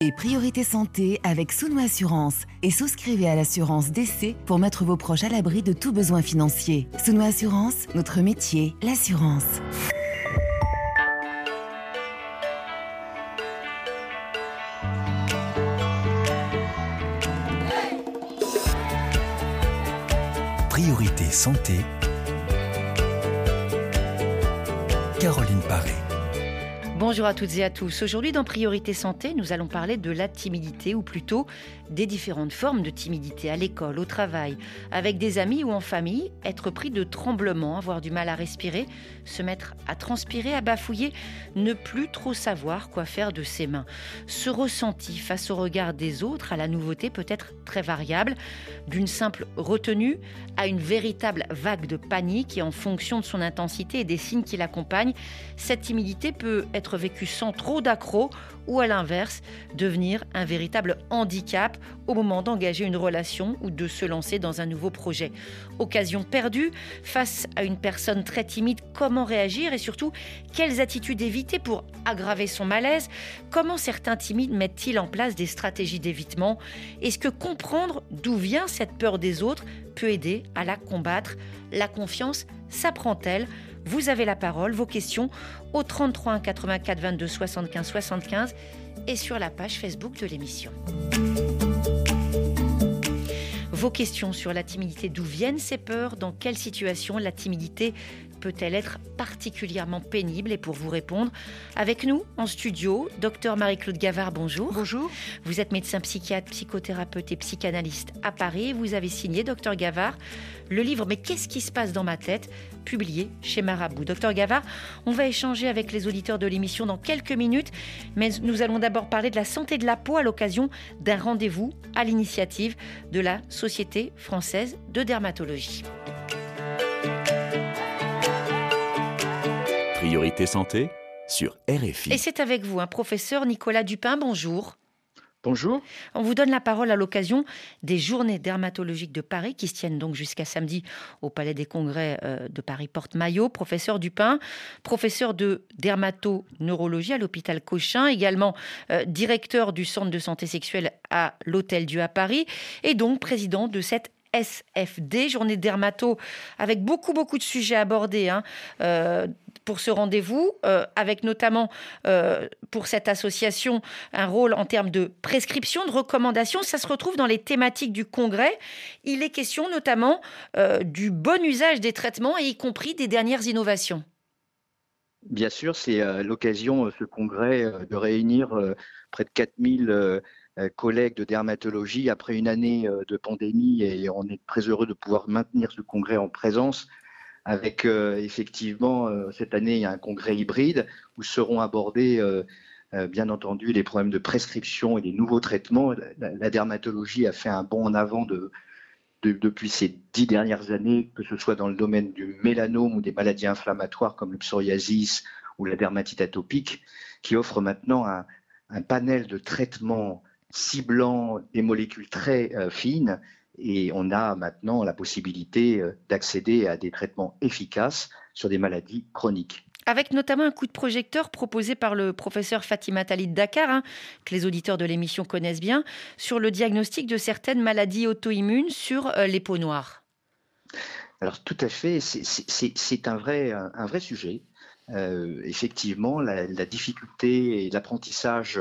et Priorité Santé avec Souno Assurance et souscrivez à l'assurance décès pour mettre vos proches à l'abri de tout besoin financier. Souno Assurance, notre métier, l'assurance. Priorité Santé, Caroline Paré. Bonjour à toutes et à tous. Aujourd'hui dans Priorité Santé, nous allons parler de la timidité ou plutôt des différentes formes de timidité à l'école, au travail, avec des amis ou en famille, être pris de tremblements, avoir du mal à respirer, se mettre à transpirer, à bafouiller, ne plus trop savoir quoi faire de ses mains. Ce ressenti face au regard des autres, à la nouveauté peut être très variable, d'une simple retenue à une véritable vague de panique et en fonction de son intensité et des signes qui l'accompagnent, cette timidité peut être vécu sans trop d'accroc ou à l'inverse, devenir un véritable handicap au moment d'engager une relation ou de se lancer dans un nouveau projet. Occasion perdue, face à une personne très timide, comment réagir et surtout, quelles attitudes éviter pour aggraver son malaise? Comment certains timides mettent-ils en place des stratégies d'évitement? Est-ce que comprendre d'où vient cette peur des autres peut aider à la combattre? La confiance s'apprend-elle? Vous avez la parole, vos questions au 33 1 84 22 75 75 et sur la page Facebook de l'émission. Vos questions sur la timidité, d'où viennent ces peurs? Dans quelle situation la timidité peut-elle être particulièrement pénible? Et pour vous répondre, avec nous en studio, Dr Marie-Claude Gavard, bonjour. Bonjour. Vous êtes médecin psychiatre, psychothérapeute et psychanalyste à Paris. Vous avez signé, Dr Gavard, le livre « Mais qu'est-ce qui se passe dans ma tête ?» publié chez Marabout. Dr Gavard, on va échanger avec les auditeurs de l'émission dans quelques minutes, mais nous allons d'abord parler de la santé de la peau à l'occasion d'un rendez-vous à l'initiative de la Société française de dermatologie. Priorité Santé sur RFI. Et c'est avec vous, professeur Nicolas Dupin, bonjour. Bonjour. On vous donne la parole à l'occasion des journées dermatologiques de Paris qui se tiennent donc jusqu'à samedi au Palais des Congrès de Paris Porte-Maillot. Professeur Dupin, professeur de dermatoneurologie à l'hôpital Cochin, également directeur du centre de santé sexuelle à l'Hôtel-Dieu à Paris et donc président de cette SFD, journée dermato, avec beaucoup de sujets abordés pour ce rendez-vous, avec notamment pour cette association un rôle en termes de prescription, de recommandation. Ça se retrouve dans les thématiques du congrès. Il est question notamment du bon usage des traitements et y compris des dernières innovations. Bien sûr, c'est l'occasion, ce congrès, de réunir près de 4000 collègues de dermatologie après une année de pandémie, et on est très heureux de pouvoir maintenir ce congrès en présence avec effectivement cette année il y a un congrès hybride où seront abordés bien entendu les problèmes de prescription et des nouveaux traitements. La dermatologie a fait un bond en avant depuis ces 10 dernières années, que ce soit dans le domaine du mélanome ou des maladies inflammatoires comme le psoriasis ou la dermatite atopique, qui offre maintenant un panel de traitements ciblant des molécules très fines, et on a maintenant la possibilité d'accéder à des traitements efficaces sur des maladies chroniques. Avec notamment un coup de projecteur proposé par le professeur Fatima Talid Dakar, que les auditeurs de l'émission connaissent bien, sur le diagnostic de certaines maladies auto-immunes sur les peaux noires. Alors tout à fait, c'est un vrai sujet. Effectivement, la difficulté et l'apprentissage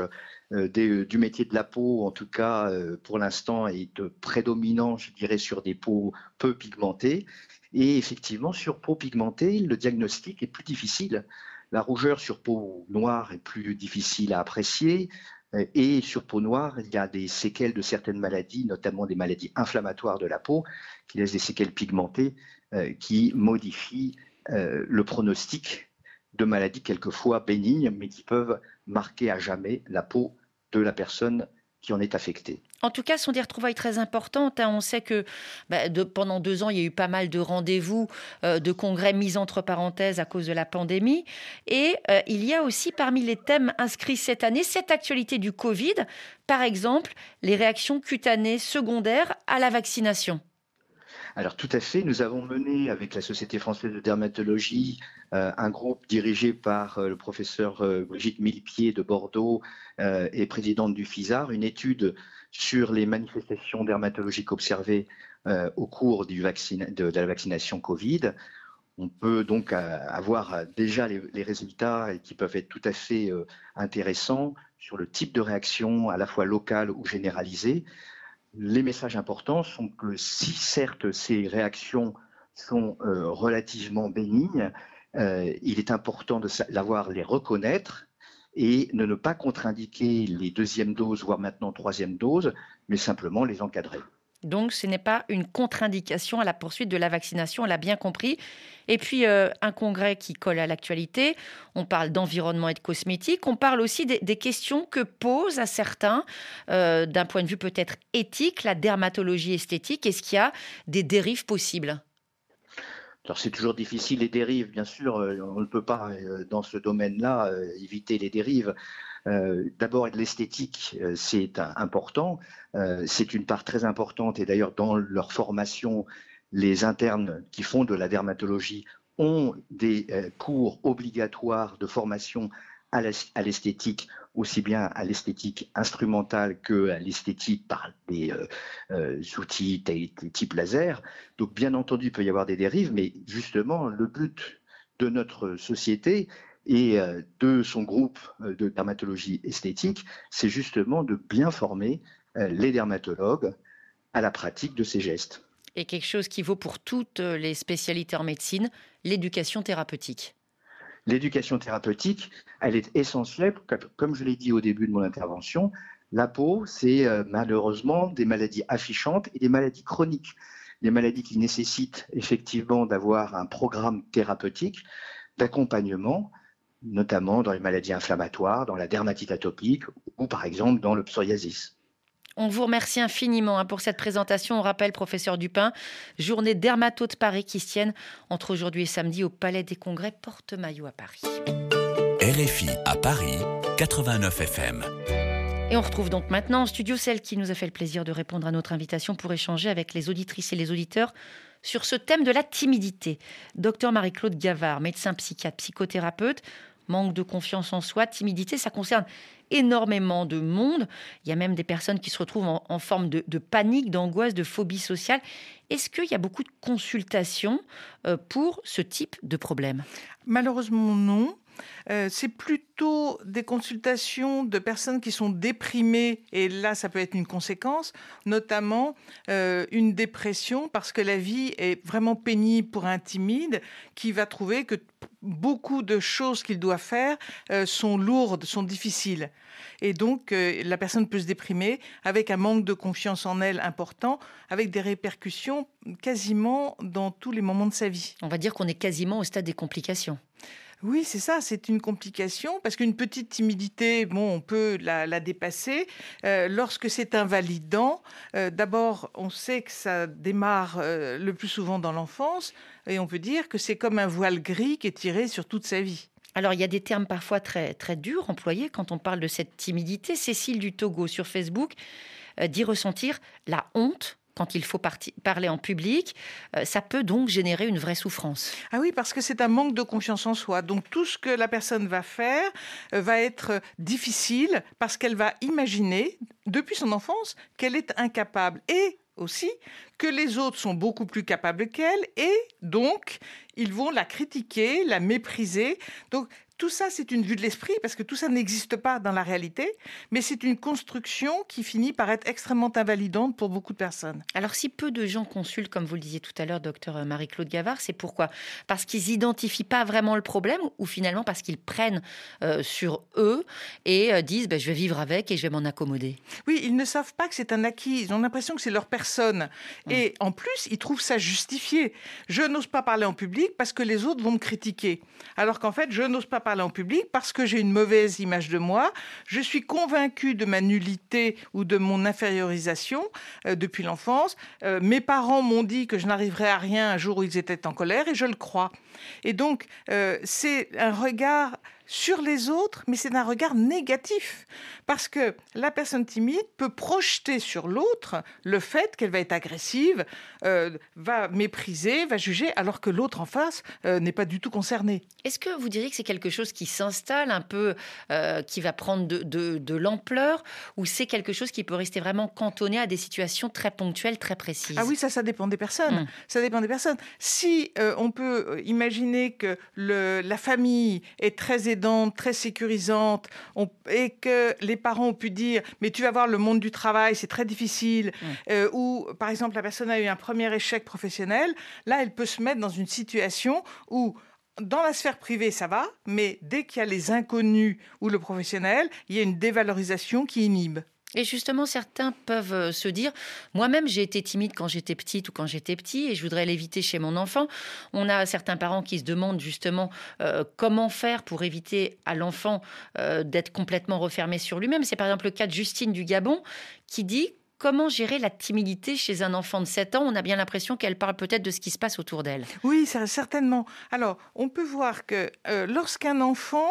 du métier de la peau, en tout cas pour l'instant, est prédominant, je dirais, sur des peaux peu pigmentées. Et effectivement, sur peau pigmentée, le diagnostic est plus difficile. La rougeur sur peau noire est plus difficile à apprécier. Et sur peau noire, il y a des séquelles de certaines maladies, notamment des maladies inflammatoires de la peau, qui laissent des séquelles pigmentées qui modifient le pronostic de maladies quelquefois bénignes, mais qui peuvent marquer à jamais la peau de la personne qui en est affectée. En tout cas, ce sont des retrouvailles très importantes. On sait que pendant 2 ans, il y a eu pas mal de rendez-vous, de congrès mis entre parenthèses à cause de la pandémie. Et il y a aussi parmi les thèmes inscrits cette année, cette actualité du Covid, par exemple, les réactions cutanées secondaires à la vaccination. Alors tout à fait, nous avons mené avec la Société française de dermatologie un groupe dirigé par le professeur Brigitte Millepied de Bordeaux et présidente du FISAR, une étude sur les manifestations dermatologiques observées au cours de la vaccination Covid. On peut donc avoir déjà les résultats qui peuvent être tout à fait intéressants sur le type de réaction à la fois locale ou généralisée. Les messages importants sont que si certes ces réactions sont relativement bénignes, il est important de les reconnaître et de ne pas contre-indiquer les deuxièmes doses, voire maintenant troisième doses, mais simplement les encadrer. Donc, ce n'est pas une contre-indication à la poursuite de la vaccination, on l'a bien compris. Et puis, un congrès qui colle à l'actualité. On parle d'environnement et de cosmétique. On parle aussi des questions que posent à certains, d'un point de vue peut-être éthique, la dermatologie esthétique. Est-ce qu'il y a des dérives possibles ? Alors c'est toujours difficile, les dérives, bien sûr, on ne peut pas, dans ce domaine-là, éviter les dérives. D'abord, l'esthétique, c'est important. C'est une part très importante et d'ailleurs, dans leur formation, les internes qui font de la dermatologie ont des cours obligatoires de formation à l'esthétique, aussi bien à l'esthétique instrumentale qu'à l'esthétique par des outils type laser. Donc bien entendu, il peut y avoir des dérives, mais justement, le but de notre société et de son groupe de dermatologie esthétique, c'est justement de bien former les dermatologues à la pratique de ces gestes. Et quelque chose qui vaut pour toutes les spécialités en médecine, l'éducation thérapeutique. L'éducation thérapeutique, elle est essentielle, comme je l'ai dit au début de mon intervention, la peau, c'est malheureusement des maladies affichantes et des maladies chroniques. Des maladies qui nécessitent effectivement d'avoir un programme thérapeutique, d'accompagnement, notamment dans les maladies inflammatoires, dans la dermatite atopique ou par exemple dans le psoriasis. On vous remercie infiniment pour cette présentation. On rappelle, professeur Dupin, journée dermato de Paris qui se tiennent entre aujourd'hui et samedi au Palais des Congrès Porte-Maillot à Paris. RFI à Paris, 89 FM. Et on retrouve donc maintenant en studio celle qui nous a fait le plaisir de répondre à notre invitation pour échanger avec les auditrices et les auditeurs sur ce thème de la timidité. Docteur Marie-Claude Gavard, médecin psychiatre, psychothérapeute. Manque de confiance en soi, timidité, ça concerne énormément de monde. Il y a même des personnes qui se retrouvent en forme de panique, d'angoisse, de phobie sociale. Est-ce qu'il y a beaucoup de consultations pour ce type de problème ? Malheureusement, non. C'est plutôt des consultations de personnes qui sont déprimées, et là, ça peut être une conséquence, notamment une dépression, parce que la vie est vraiment pénible pour un timide qui va trouver que beaucoup de choses qu'il doit faire sont lourdes, sont difficiles. Et donc, la personne peut se déprimer avec un manque de confiance en elle important, avec des répercussions quasiment dans tous les moments de sa vie. On va dire qu'on est quasiment au stade des complications. Oui, c'est ça, c'est une complication parce qu'une petite timidité, on peut la dépasser. Lorsque c'est invalidant, d'abord, on sait que ça démarre le plus souvent dans l'enfance et on peut dire que c'est comme un voile gris qui est tiré sur toute sa vie. Alors, il y a des termes parfois très, très durs employés quand on parle de cette timidité. Cécile du Togo sur Facebook dit ressentir la honte quand il faut parler en public. Ça peut donc générer une vraie souffrance. Ah oui, parce que c'est un manque de confiance en soi. Donc tout ce que la personne va faire va être difficile parce qu'elle va imaginer, depuis son enfance, qu'elle est incapable. Et aussi que les autres sont beaucoup plus capables qu'elle et donc ils vont la critiquer, la mépriser. Donc tout ça, c'est une vue de l'esprit parce que tout ça n'existe pas dans la réalité, mais c'est une construction qui finit par être extrêmement invalidante pour beaucoup de personnes. Alors, si peu de gens consultent, comme vous le disiez tout à l'heure, docteur Marie-Claude Gavard, c'est pourquoi ? Parce qu'ils n'identifient pas vraiment le problème ou finalement parce qu'ils prennent sur eux et disent je vais vivre avec et je vais m'en accommoder. Oui, ils ne savent pas que c'est un acquis. Ils ont l'impression que c'est leur personne. Et en plus, ils trouvent ça justifié. Je n'ose pas parler en public parce que les autres vont me critiquer. Alors qu'en fait, je n'ose pas parler en public parce que j'ai une mauvaise image de moi. Je suis convaincue de ma nullité ou de mon infériorisation depuis l'enfance. Mes parents m'ont dit que je n'arriverais à rien un jour où ils étaient en colère et je le crois. Et donc, c'est un regard sur les autres, mais c'est un regard négatif. Parce que la personne timide peut projeter sur l'autre le fait qu'elle va être agressive, va mépriser, va juger, alors que l'autre en face n'est pas du tout concerné. Est-ce que vous diriez que c'est quelque chose qui s'installe un peu, qui va prendre de l'ampleur, ou c'est quelque chose qui peut rester vraiment cantonné à des situations très ponctuelles, très précises? Ah oui, ça dépend des personnes. Ça dépend des personnes. Si on peut imaginer que la famille est très aidante, très sécurisante, et que les parents ont pu dire « mais tu vas voir, le monde du travail, c'est très difficile », ou par exemple la personne a eu un premier échec professionnel, là elle peut se mettre dans une situation où dans la sphère privée, ça va, mais dès qu'il y a les inconnus ou le professionnel, il y a une dévalorisation qui inhibe. Et justement, certains peuvent se dire, moi-même j'ai été timide quand j'étais petite ou quand j'étais petit et je voudrais l'éviter chez mon enfant. On a certains parents qui se demandent justement comment faire pour éviter à l'enfant d'être complètement refermé sur lui-même. C'est par exemple le cas de Justine du Gabon qui dit comment gérer la timidité chez un enfant de 7 ans. On a bien l'impression qu'elle parle peut-être de ce qui se passe autour d'elle. Oui, certainement. Alors, on peut voir que lorsqu'un enfant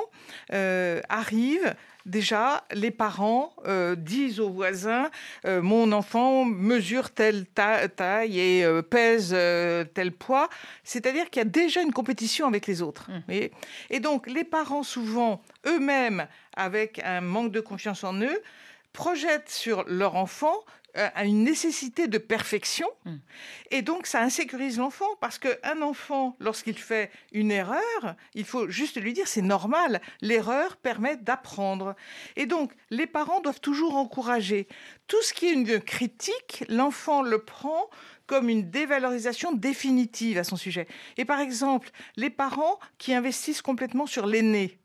arrive, déjà, les parents disent aux voisins mon enfant mesure telle taille et pèse tel poids. C'est-à-dire qu'il y a déjà une compétition avec les autres. Et donc, les parents, souvent, eux-mêmes, avec un manque de confiance en eux, projettent sur leur enfant une nécessité de perfection. Et donc, ça insécurise l'enfant parce qu'un enfant, lorsqu'il fait une erreur, il faut juste lui dire c'est normal. L'erreur permet d'apprendre. Et donc, les parents doivent toujours encourager. Tout ce qui est une critique, l'enfant le prend comme une dévalorisation définitive à son sujet. Et par exemple, les parents qui investissent complètement sur l'aîné,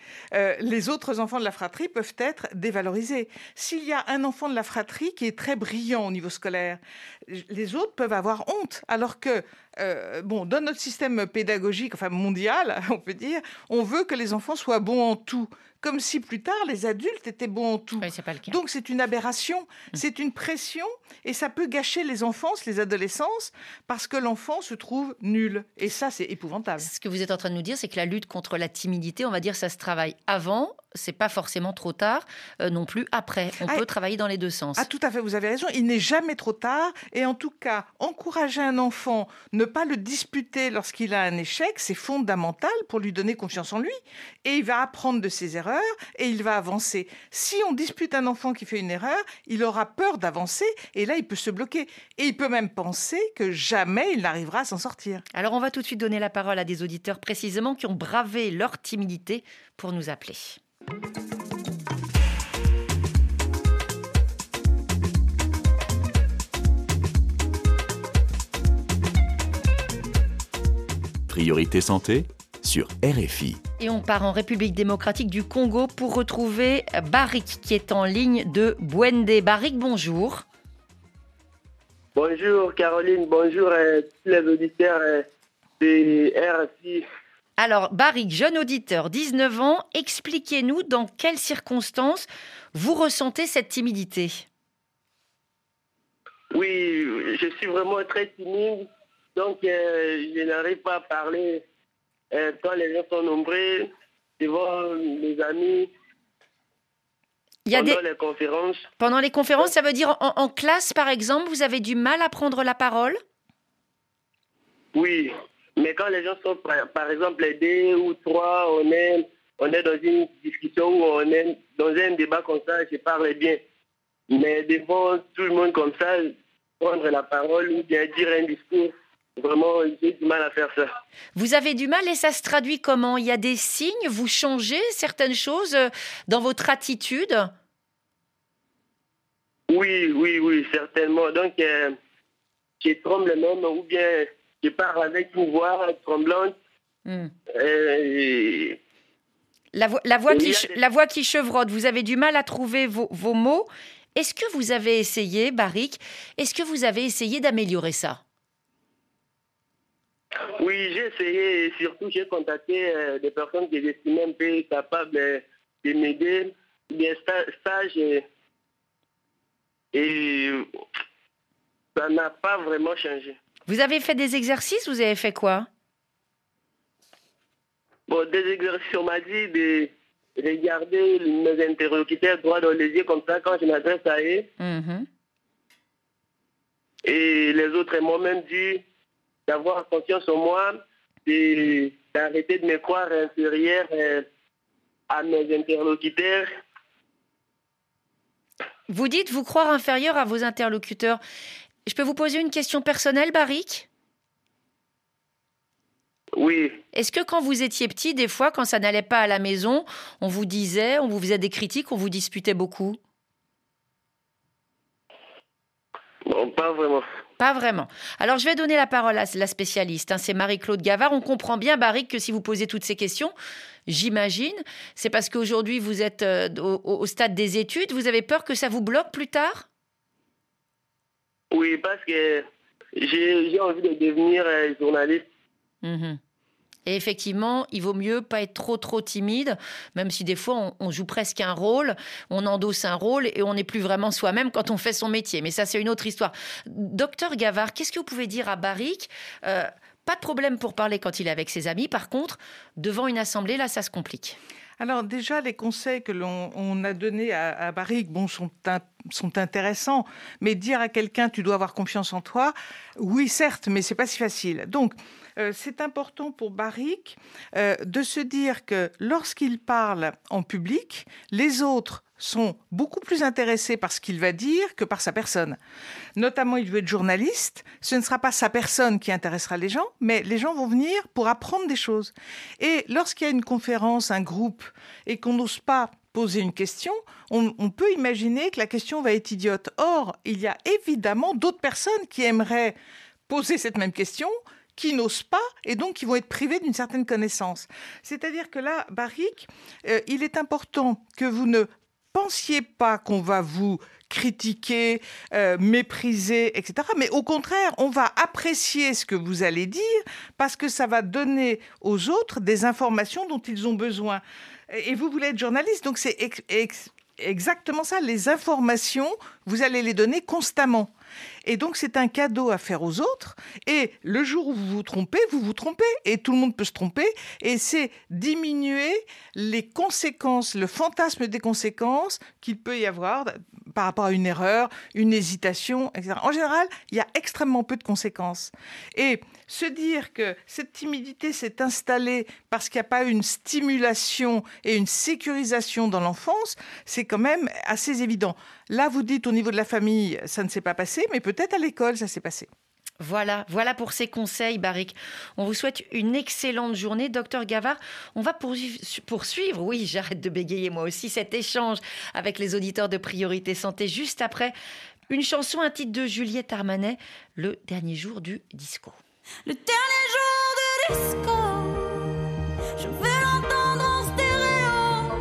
les autres enfants de la fratrie peuvent être dévalorisés. S'il y a un enfant de la fratrie qui est très brillant au niveau scolaire, les autres peuvent avoir honte. Alors que, dans notre système pédagogique, enfin mondial, on peut dire, on veut que les enfants soient bons en tout. Comme si plus tard, les adultes étaient bons en tout. Oui, c'est pas le cas. Donc c'est une aberration, c'est une pression, et ça peut gâcher les enfances, les adolescences, parce que l'enfant se trouve nul. Et ça, c'est épouvantable. Ce que vous êtes en train de nous dire, c'est que la lutte contre la timidité, on va dire, ça se travaille avant, c'est pas forcément trop tard, non plus après. On peut travailler dans les deux sens. Ah, tout à fait, vous avez raison. Il n'est jamais trop tard. Et en tout cas, encourager un enfant, ne pas le disputer lorsqu'il a un échec, c'est fondamental pour lui donner confiance en lui. Et il va apprendre de ses erreurs et il va avancer. Si on dispute un enfant qui fait une erreur, il aura peur d'avancer et là, il peut se bloquer. Et il peut même penser que jamais il n'arrivera à s'en sortir. Alors, on va tout de suite donner la parole à des auditeurs précisément qui ont bravé leur timidité pour nous appeler. Priorité santé sur RFI. Et on part en République démocratique du Congo pour retrouver Barik qui est en ligne de Bwende. Barik, bonjour. Bonjour Caroline, bonjour tous les auditeurs de RFI. Alors Barik, jeune auditeur, 19 ans, expliquez-nous dans quelles circonstances vous ressentez cette timidité. Oui, je suis vraiment très timide, donc je n'arrive pas à parler quand les gens sont nombreux, devant les amis, pendant les conférences. Pendant les conférences, ça veut dire en classe par exemple, vous avez du mal à prendre la parole ? Oui, mais quand les gens sont par exemple 2 ou 3, on est dans une discussion ou on est dans un débat comme ça, je parle bien. Mais devant tout le monde comme ça, prendre la parole ou bien dire un discours, vraiment, j'ai du mal à faire ça. Vous avez du mal et ça se traduit comment ? Il y a des signes, vous changez certaines choses dans votre attitude ? Oui, certainement. Donc, je tremble même ou bien je parle avec une voix tremblante. La voix qui chevrotte, vous avez du mal à trouver vos mots. Est-ce que vous avez essayé, Barik, d'améliorer ça ? Oui, j'ai essayé et surtout j'ai contacté des personnes que j'estimais un peu capables de m'aider, des stages et ça n'a pas vraiment changé. Vous avez fait des exercices, vous avez fait quoi ? Bon, des exercices, on m'a dit de regarder mes interlocuteurs droit dans les yeux comme ça quand je m'adresse à eux. Mhm. Et les autres m'ont même dit d'avoir confiance en moi, d'arrêter de me croire inférieur à mes interlocuteurs. Vous dites vous croire inférieur à vos interlocuteurs. Je peux vous poser une question personnelle, Barik ? Oui. Est-ce que quand vous étiez petit, des fois, quand ça n'allait pas à la maison, on vous disait, on vous faisait des critiques, on vous disputait beaucoup ? Non, pas vraiment. Pas vraiment. Alors, je vais donner la parole à la spécialiste. C'est Marie-Claude Gavard. On comprend bien, Barik, que si vous posez toutes ces questions, j'imagine, c'est parce qu'aujourd'hui, vous êtes au stade des études. Vous avez peur que ça vous bloque plus tard ? Oui, parce que j'ai envie de devenir journaliste. Mhm. Et effectivement, il vaut mieux pas être trop timide, même si des fois on joue presque un rôle, on endosse un rôle et on n'est plus vraiment soi-même quand on fait son métier. Mais ça, c'est une autre histoire. Docteur Gavard, qu'est-ce que vous pouvez dire à Barik ? Pas de problème pour parler quand il est avec ses amis. Par contre, devant une assemblée, là, ça se complique. Alors déjà, les conseils que l'on a donnés à Barik sont intéressants, mais dire à quelqu'un « tu dois avoir confiance en toi », oui certes, mais c'est pas si facile. Donc, c'est important pour Barik de se dire que lorsqu'il parle en public, les autres sont beaucoup plus intéressés par ce qu'il va dire que par sa personne. Notamment, il veut être journaliste. Ce ne sera pas sa personne qui intéressera les gens, mais les gens vont venir pour apprendre des choses. Et lorsqu'il y a une conférence, un groupe, et qu'on n'ose pas poser une question, on peut imaginer que la question va être idiote. Or, il y a évidemment d'autres personnes qui aimeraient poser cette même question, qui n'osent pas et donc qui vont être privés d'une certaine connaissance. C'est-à-dire que là, Barik, il est important que vous ne pensiez pas qu'on va vous critiquer, mépriser, etc. Mais au contraire, on va apprécier ce que vous allez dire parce que ça va donner aux autres des informations dont ils ont besoin. Et vous voulez être journaliste, donc c'est exactement ça. Les informations, vous allez les donner constamment. Et donc, c'est un cadeau à faire aux autres. Et le jour où vous vous trompez, et tout le monde peut se tromper. Et c'est diminuer les conséquences, le fantasme des conséquences qu'il peut y avoir par rapport à une erreur, une hésitation, etc. En général, il y a extrêmement peu de conséquences. Et se dire que cette timidité s'est installée parce qu'il n'y a pas une stimulation et une sécurisation dans l'enfance, c'est quand même assez évident. Là, vous dites au niveau de la famille, ça ne s'est pas passé, mais peut-être à l'école, ça s'est passé. Voilà pour ces conseils, Barik. On vous souhaite une excellente journée. Docteur Gavard, on va poursuivre, oui, j'arrête de bégayer moi aussi, cet échange avec les auditeurs de Priorité Santé juste après une chanson, un titre de Juliette Armanet, Le dernier jour du disco. Le dernier jour du disco, je veux l'entendre en stéréo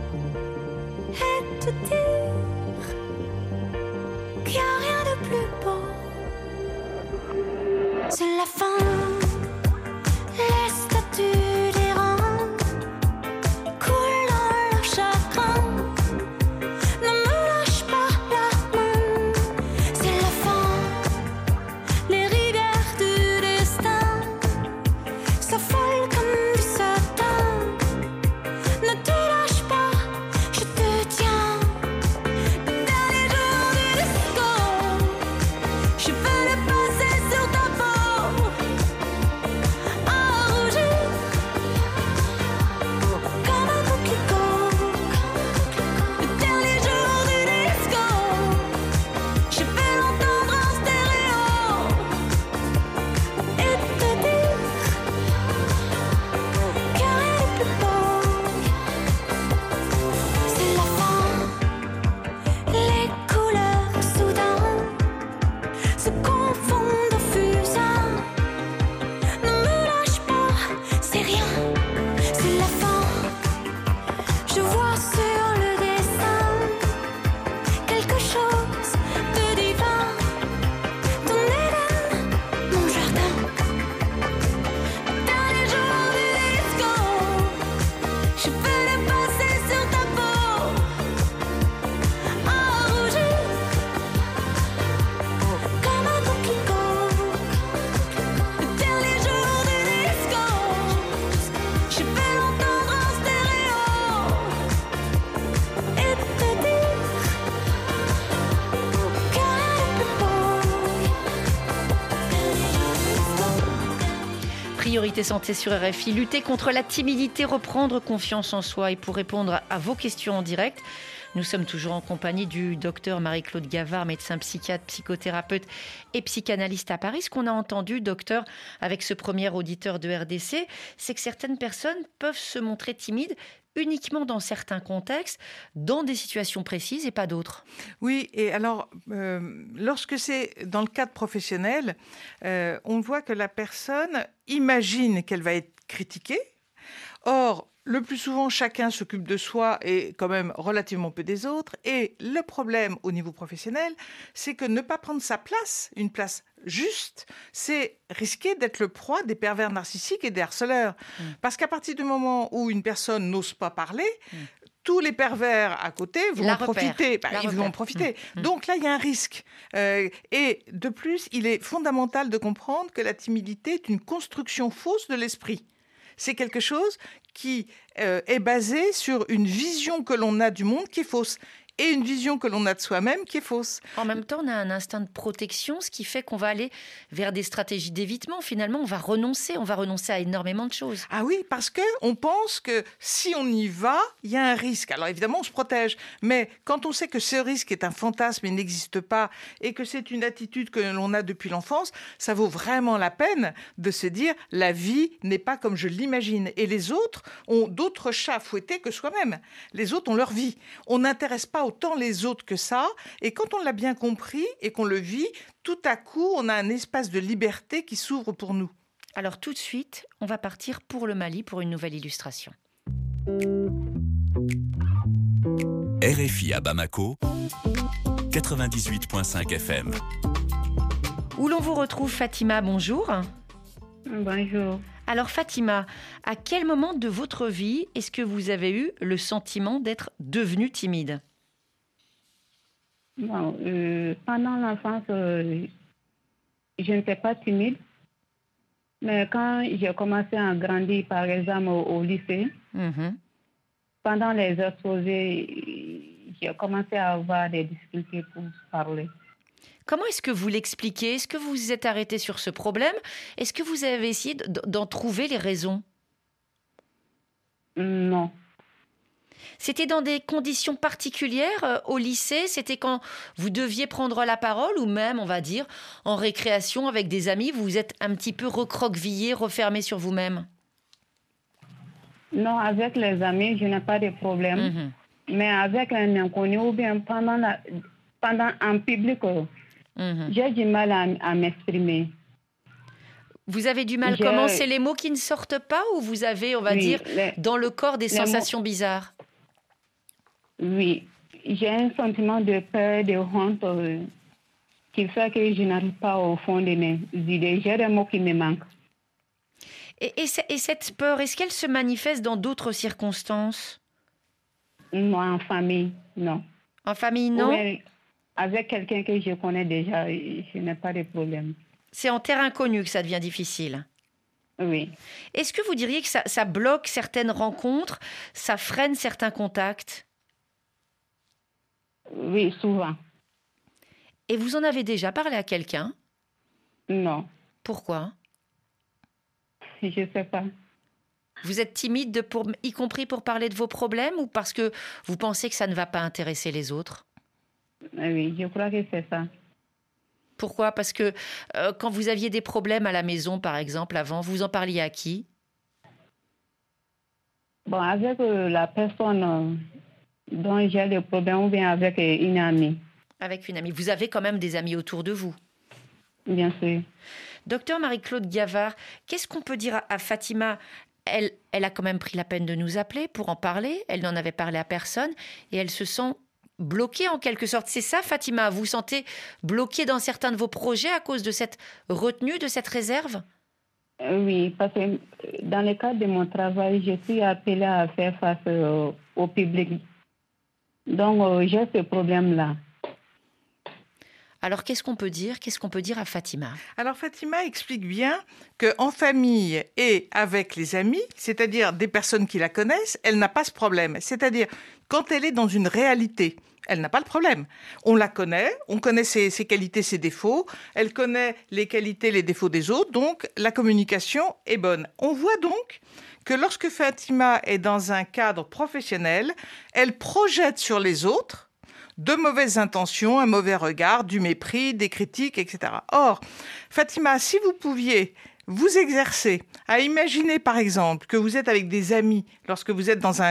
et te dire qu'il n'y a rien de plus beau. C'est la fin, les statues des rangs coulent dans leur chagrin. Ne me lâche pas la main, c'est la fin, les rivières du destin s'affolent comme du satin. Ne te lâche pas, je te tiens. Le dernier jour du disco, je veux le passer sur ta peau. Priorité Santé sur RFI, lutter contre la timidité, reprendre confiance en soi. Et pour répondre à vos questions en direct, nous sommes toujours en compagnie du docteur Marie-Claude Gavard, médecin psychiatre, psychothérapeute et psychanalyste à Paris. Ce qu'on a entendu, docteur, avec ce premier auditeur de RDC, c'est que certaines personnes peuvent se montrer timides uniquement dans certains contextes, dans des situations précises et pas d'autres. Oui, et alors, lorsque c'est dans le cadre professionnel, on voit que la personne imagine qu'elle va être critiquée. Or, le plus souvent, chacun s'occupe de soi et quand même relativement peu des autres. Et le problème au niveau professionnel, c'est que ne pas prendre sa place, une place juste, c'est risquer d'être le proie des pervers narcissiques et des harceleurs. Parce qu'à partir du moment où une personne n'ose pas parler, tous les pervers à côté vont en profiter. Ils vont en profiter. Donc là, il y a un risque. Et de plus, il est fondamental de comprendre que la timidité est une construction fausse de l'esprit. C'est quelque chose qui est basé sur une vision que l'on a du monde qui est fausse et une vision que l'on a de soi-même qui est fausse. En même temps, on a un instinct de protection, ce qui fait qu'on va aller vers des stratégies d'évitement. Finalement, on va renoncer à énormément de choses. Ah oui, parce qu'on pense que si on y va, il y a un risque. Alors évidemment, on se protège. Mais quand on sait que ce risque est un fantasme et n'existe pas, et que c'est une attitude que l'on a depuis l'enfance, ça vaut vraiment la peine de se dire « la vie n'est pas comme je l'imagine ». Et les autres ont d'autres chats à fouetter que soi-même. Les autres ont leur vie. On n'intéresse pas autant les autres que ça. Et quand on l'a bien compris et qu'on le vit, tout à coup, on a un espace de liberté qui s'ouvre pour nous. Alors tout de suite, on va partir pour le Mali pour une nouvelle illustration. RFI à Bamako, 98.5 FM. Où l'on vous retrouve, Fatima, bonjour. Bonjour. Alors Fatima, à quel moment de votre vie est-ce que vous avez eu le sentiment d'être devenue timide ? Bon, pendant l'enfance, je n'étais pas timide. Mais quand j'ai commencé à grandir, par exemple, au lycée, pendant les exposés, j'ai commencé à avoir des difficultés pour parler. Comment est-ce que vous l'expliquez ? Est-ce que vous vous êtes arrêté sur ce problème ? Est-ce que vous avez essayé d'en trouver les raisons ? Non. C'était dans des conditions particulières au lycée ? C'était quand vous deviez prendre la parole ou même, on va dire, en récréation avec des amis, vous vous êtes un petit peu recroquevillé, refermé sur vous-même ? Non, avec les amis, je n'ai pas de problème. Mais avec un inconnu ou bien pendant un public, j'ai du mal à m'exprimer. Vous avez du mal comment ? C'est les mots qui ne sortent pas ou vous avez, on va dire, dans le corps des sensations bizarres ? Oui, j'ai un sentiment de peur, de honte qui fait que je n'arrive pas au fond de mes idées. J'ai des mots qui me manquent. Et cette peur, est-ce qu'elle se manifeste dans d'autres circonstances ? Non, en famille, non. En famille, non ? Oui, avec quelqu'un que je connais déjà, je n'ai pas de problème. C'est en terre inconnue que ça devient difficile ? Oui. Est-ce que vous diriez que ça bloque certaines rencontres, ça freine certains contacts ? Oui, souvent. Et vous en avez déjà parlé à quelqu'un ? Non. Pourquoi ? Je ne sais pas. Vous êtes timide, y compris pour parler de vos problèmes ou parce que vous pensez que ça ne va pas intéresser les autres ? Oui, je crois que c'est ça. Pourquoi ? Parce que quand vous aviez des problèmes à la maison, par exemple, avant, vous en parliez à qui ? Bon, avec la personne dont j'ai le problème ou bien avec une amie. Avec une amie. Vous avez quand même des amis autour de vous ? Bien sûr. Docteur Marie-Claude Gavard, qu'est-ce qu'on peut dire à Fatima ? Elle a quand même pris la peine de nous appeler pour en parler. Elle n'en avait parlé à personne et elle se sent bloquée en quelque sorte. C'est ça, Fatima ? Vous vous sentez bloquée dans certains de vos projets à cause de cette retenue, de cette réserve ? Oui, parce que dans le cadre de mon travail, je suis appelée à faire face au public. Donc, j'ai ce problème-là. Alors, qu'est-ce qu'on peut dire ? Qu'est-ce qu'on peut dire à Fatima ? Alors, Fatima explique bien qu'en famille et avec les amis, c'est-à-dire des personnes qui la connaissent, elle n'a pas ce problème. C'est-à-dire, quand elle est dans une réalité Elle n'a pas le problème. On la connaît, on connaît ses qualités, ses défauts, elle connaît les qualités, les défauts des autres, donc la communication est bonne. On voit donc que lorsque Fatima est dans un cadre professionnel, elle projette sur les autres de mauvaises intentions, un mauvais regard, du mépris, des critiques, etc. Or, Fatima, si vous pouviez vous exercer à imaginer, par exemple, que vous êtes avec des amis lorsque vous êtes dans un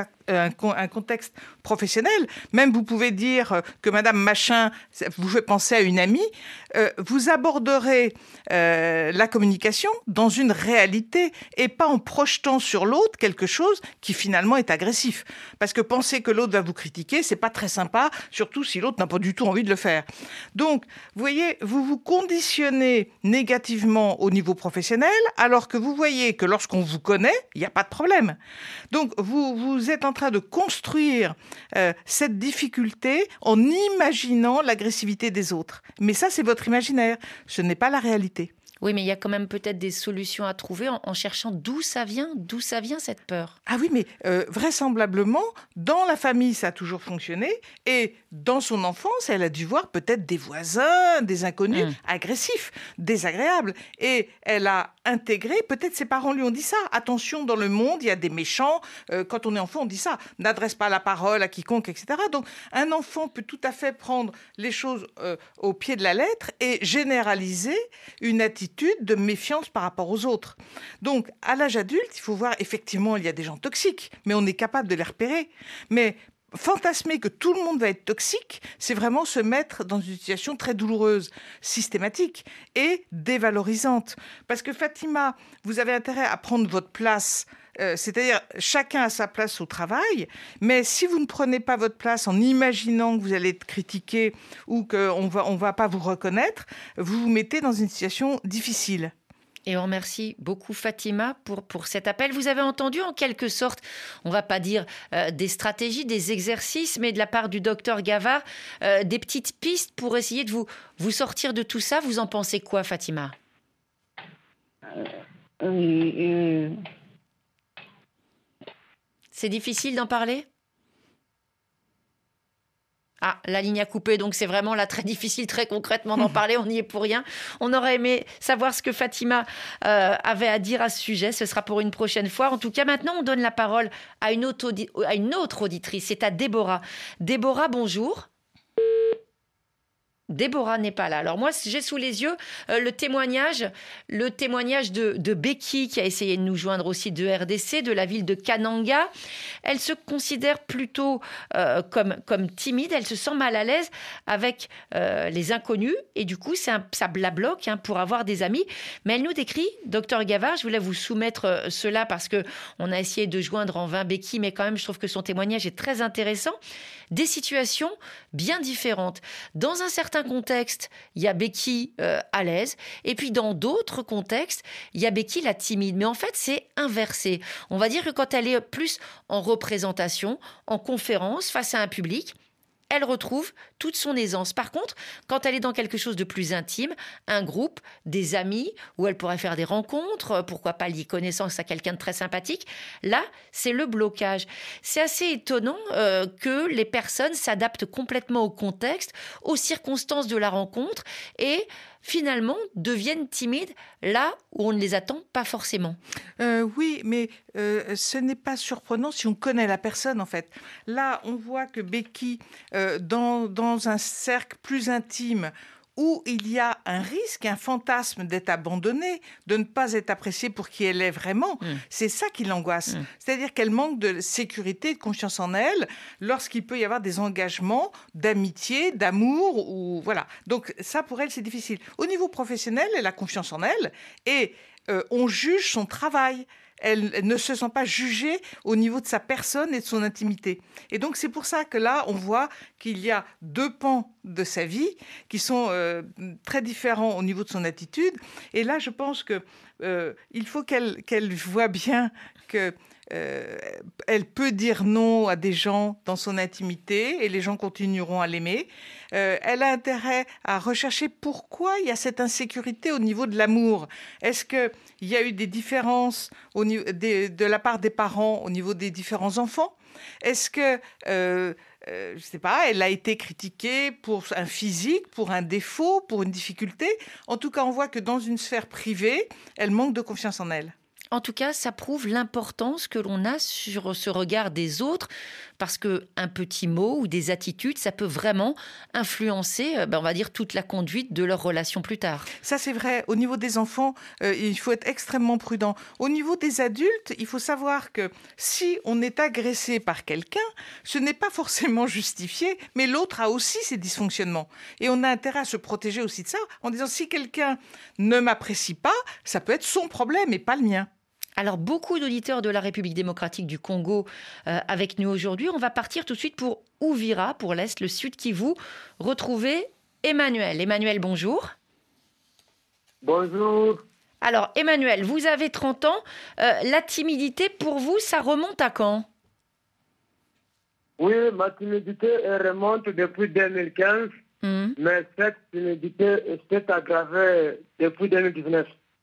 contexte professionnel, même vous pouvez dire que Madame Machin vous fait penser à une amie, vous aborderez la communication dans une réalité et pas en projetant sur l'autre quelque chose qui finalement est agressif. Parce que penser que l'autre va vous critiquer, c'est pas très sympa, surtout si l'autre n'a pas du tout envie de le faire. Donc, vous voyez, vous vous conditionnez négativement au niveau professionnel, alors que vous voyez que lorsqu'on vous connaît, il n'y a pas de problème. Donc, vous êtes en train de construire cette difficulté en imaginant l'agressivité des autres. Mais ça, c'est votre imaginaire. Ce n'est pas la réalité. Oui, mais il y a quand même peut-être des solutions à trouver en cherchant d'où ça vient cette peur. Ah oui, mais vraisemblablement, dans la famille, ça a toujours fonctionné. Et dans son enfance, elle a dû voir peut-être des voisins, des inconnus agressifs, désagréables. Et elle a intégré, peut-être ses parents lui ont dit ça. Attention, dans le monde, il y a des méchants. Quand on est enfant, on dit ça. N'adresse pas la parole à quiconque, etc. Donc, un enfant peut tout à fait prendre les choses au pied de la lettre et généraliser une attitude de méfiance par rapport aux autres. Donc, à l'âge adulte, il faut voir, effectivement, il y a des gens toxiques, mais on est capable de les repérer. Mais fantasmer que tout le monde va être toxique, c'est vraiment se mettre dans une situation très douloureuse, systématique et dévalorisante. Parce que Fatima, vous avez intérêt à prendre votre place, c'est-à-dire chacun a sa place au travail, mais si vous ne prenez pas votre place en imaginant que vous allez être critiqué ou qu'on va pas vous reconnaître, vous vous mettez dans une situation difficile. Et on remercie beaucoup Fatima pour cet appel. Vous avez entendu en quelque sorte, on ne va pas dire des stratégies, des exercices, mais de la part du docteur Gavard, des petites pistes pour essayer de vous sortir de tout ça. Vous en pensez quoi, Fatima ? C'est difficile d'en parler ? Ah, la ligne a coupé, donc c'est vraiment là très difficile, très concrètement d'en parler, on n'y est pour rien. On aurait aimé savoir ce que Fatima avait à dire à ce sujet, ce sera pour une prochaine fois. En tout cas, maintenant, on donne la parole à une autre auditrice, c'est à Déborah. Déborah, bonjour. Déborah n'est pas là. Alors moi, j'ai sous les yeux le témoignage de Becky qui a essayé de nous joindre aussi de RDC, de la ville de Kananga. Elle se considère plutôt comme timide, elle se sent mal à l'aise avec les inconnus et du coup, ça la bloque pour avoir des amis. Mais elle nous décrit, docteur Gavard, je voulais vous soumettre cela parce qu'on a essayé de joindre en vain Becky, mais quand même, je trouve que son témoignage est très intéressant. Des situations bien différentes. Dans un certain contexte, il y a Becky à l'aise, et puis dans d'autres contextes, il y a Becky la timide. Mais en fait, c'est inversé. On va dire que quand elle est plus en représentation, en conférence, face à un public, elle retrouve toute son aisance. Par contre, quand elle est dans quelque chose de plus intime, un groupe, des amis, où elle pourrait faire des rencontres, pourquoi pas lier connaissance à quelqu'un de très sympathique, là, c'est le blocage. C'est assez étonnant que les personnes s'adaptent complètement au contexte, aux circonstances de la rencontre et finalement deviennent timides là où on ne les attend pas forcément. Oui, mais ce n'est pas surprenant si on connaît la personne en fait. Là, on voit que Becky, dans un cercle plus intime, où il y a un risque, un fantasme d'être abandonnée, de ne pas être appréciée pour qui elle est vraiment. C'est ça qui l'angoisse. C'est-à-dire qu'elle manque de sécurité, de confiance en elle, lorsqu'il peut y avoir des engagements d'amitié, d'amour, ou voilà. Donc ça, pour elle, c'est difficile. Au niveau professionnel, elle a confiance en elle et on juge son travail. Elle ne se sent pas jugée au niveau de sa personne et de son intimité. Et donc, c'est pour ça que là, on voit qu'il y a deux pans de sa vie qui sont très différents au niveau de son attitude. Et là, je pense qu'il faut qu'elle voit bien que elle peut dire non à des gens dans son intimité et les gens continueront à l'aimer. Elle a intérêt à rechercher pourquoi il y a cette insécurité au niveau de l'amour. Est-ce qu'il y a eu des différences au niveau de la part des parents au niveau des différents enfants ? Est-ce que je ne sais pas, elle a été critiquée pour un physique, pour un défaut, pour une difficulté. En tout cas, on voit que dans une sphère privée, elle manque de confiance en elle. En tout cas, ça prouve l'importance que l'on a sur ce regard des autres, parce qu'un petit mot ou des attitudes, ça peut vraiment influencer, on va dire, toute la conduite de leur relation plus tard. Ça, c'est vrai. Au niveau des enfants, il faut être extrêmement prudent. Au niveau des adultes, il faut savoir que si on est agressé par quelqu'un, ce n'est pas forcément justifié, mais l'autre a aussi ses dysfonctionnements. Et on a intérêt à se protéger aussi de ça, en disant si quelqu'un ne m'apprécie pas, ça peut être son problème et pas le mien. Alors, beaucoup d'auditeurs de la République démocratique du Congo avec nous aujourd'hui. On va partir tout de suite pour Uvira, pour l'Est, le Sud Kivu. Retrouver Emmanuel. Emmanuel, bonjour. Bonjour. Alors, Emmanuel, vous avez 30 ans. La timidité, pour vous, ça remonte à quand ? Oui, ma timidité remonte depuis 2015, mais cette timidité s'est aggravée depuis 2019.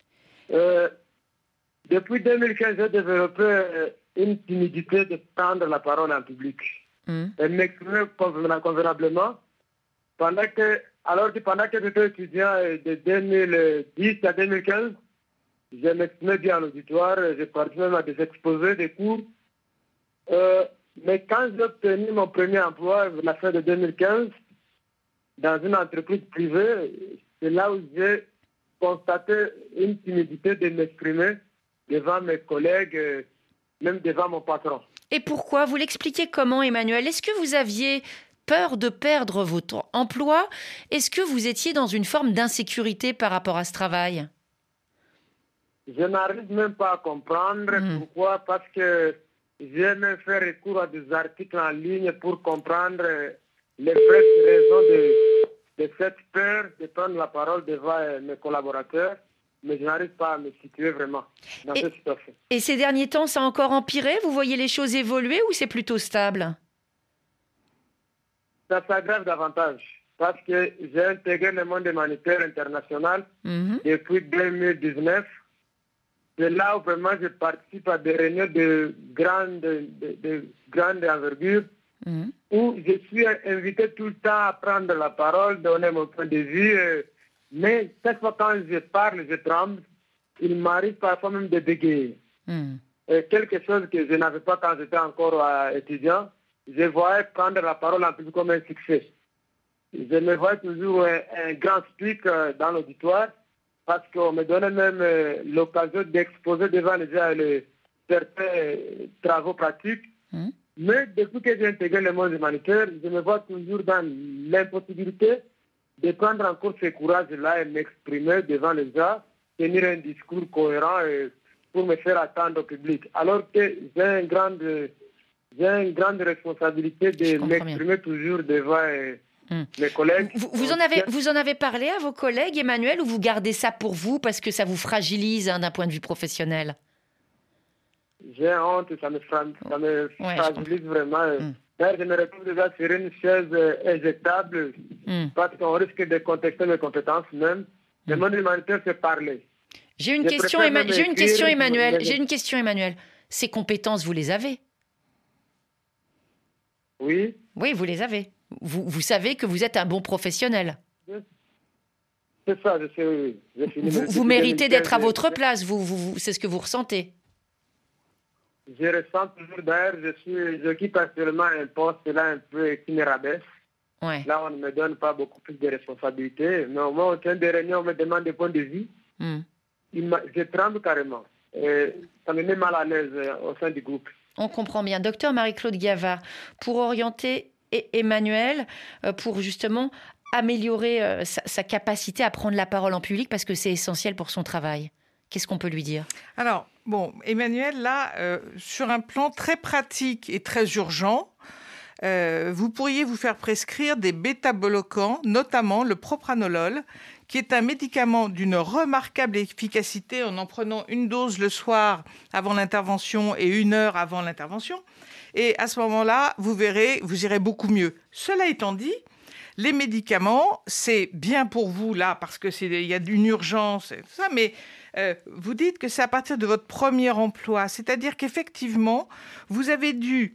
Depuis 2015, j'ai développé une timidité de prendre la parole en public et m'exprimer convenablement. Pendant que j'étais étudiant de 2010 à 2015, je m'exprimais bien en auditoire, je participais même à des exposés, des cours. Mais quand j'ai obtenu mon premier emploi, à la fin de 2015, dans une entreprise privée, c'est là où j'ai constaté une timidité de m'exprimer devant mes collègues, même devant mon patron. Et pourquoi ? Vous l'expliquez comment, Emmanuel ? Est-ce que vous aviez peur de perdre votre emploi ? Est-ce que vous étiez dans une forme d'insécurité par rapport à ce travail ? Je n'arrive même pas à comprendre pourquoi, parce que j'ai même fait recours à des articles en ligne pour comprendre les vraies raisons de cette peur de prendre la parole devant mes collaborateurs. Mais je n'arrive pas à me situer vraiment dans cette situation. Et ces derniers temps, ça a encore empiré ? Vous voyez les choses évoluer ou c'est plutôt stable ? Ça s'aggrave davantage parce que j'ai intégré le monde humanitaire international depuis 2019. C'est là où vraiment je participe à des réunions de grande envergure où je suis invité tout le temps à prendre la parole, donner mon point de vue. Mais chaque fois quand je parle, je tremble. Il m'arrive parfois même de bégayer. Quelque chose que je n'avais pas quand j'étais encore étudiant. Je voyais prendre la parole en public comme un succès. Je me voyais toujours un grand speak dans l'auditoire parce qu'on me donnait même l'occasion d'exposer devant certains travaux pratiques. Mais depuis que j'ai intégré le monde humanitaire, je me vois toujours dans l'impossibilité de prendre encore ce courage-là et m'exprimer devant les gens, tenir un discours cohérent pour me faire attendre au public. Alors que j'ai une grande responsabilité de m'exprimer toujours devant mes collègues. Vous en avez parlé à vos collègues, Emmanuel, ou vous gardez ça pour vous parce que ça vous fragilise d'un point de vue professionnel ? J'ai honte, ça me fragilise vraiment. D'ailleurs, je me retrouve déjà sur une chaise éjectable parce qu'on risque de contester mes compétences même. Le monde humanitaire, c'est parler. J'ai une question, Emmanuel. Ces compétences, vous les avez ? Oui. Oui, vous les avez. Vous savez que vous êtes un bon professionnel. C'est ça, je sais, oui. Vous méritez d'être à votre place, c'est ce que vous ressentez. Je ressens toujours, d'ailleurs, j'occupe actuellement un poste là un peu qui me rabaisse. Ouais. Là, on ne me donne pas beaucoup plus de responsabilités. Mais au moins, au sein des réunions, on me demande des points de vue. Je tremble carrément. Et ça me met mal à l'aise au sein du groupe. On comprend bien. Docteur Marie-Claude Gavard, pour orienter Emmanuel, pour justement améliorer sa capacité à prendre la parole en public, parce que c'est essentiel pour son travail. Qu'est-ce qu'on peut lui dire ? Alors, Emmanuel, là, sur un plan très pratique et très urgent, vous pourriez vous faire prescrire des bêta-bloquants, notamment le propranolol, qui est un médicament d'une remarquable efficacité en prenant une dose le soir avant l'intervention et 1 heure avant l'intervention. Et à ce moment-là, vous verrez, vous irez beaucoup mieux. Cela étant dit, les médicaments, c'est bien pour vous là, parce qu'il y a une urgence et tout ça, mais vous dites que c'est à partir de votre premier emploi, c'est-à-dire qu'effectivement, vous avez dû